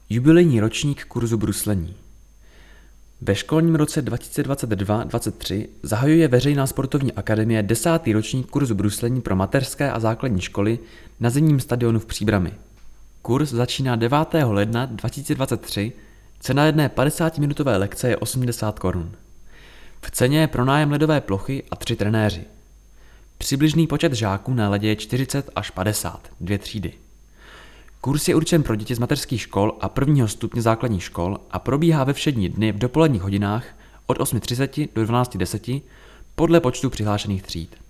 Jubilejní ročník kurzu bruslení. Ve školním roce 2022-23 zahajuje veřejná sportovní akademie 10. ročník kurzu bruslení pro mateřské a základní školy na zimním stadionu v Příbrami. Kurz začíná 9. ledna 2023, cena jedné 50-minutové lekce je 80 korun. V ceně je pronájem ledové plochy a 3 trenéři. Přibližný počet žáků na ledě je 40 až 50, 2 třídy. Kurz je určen pro děti z mateřských škol a prvního stupně základních škol a probíhá ve všední dny v dopoledních hodinách od 8:30 do 12:10 podle počtu přihlášených tříd.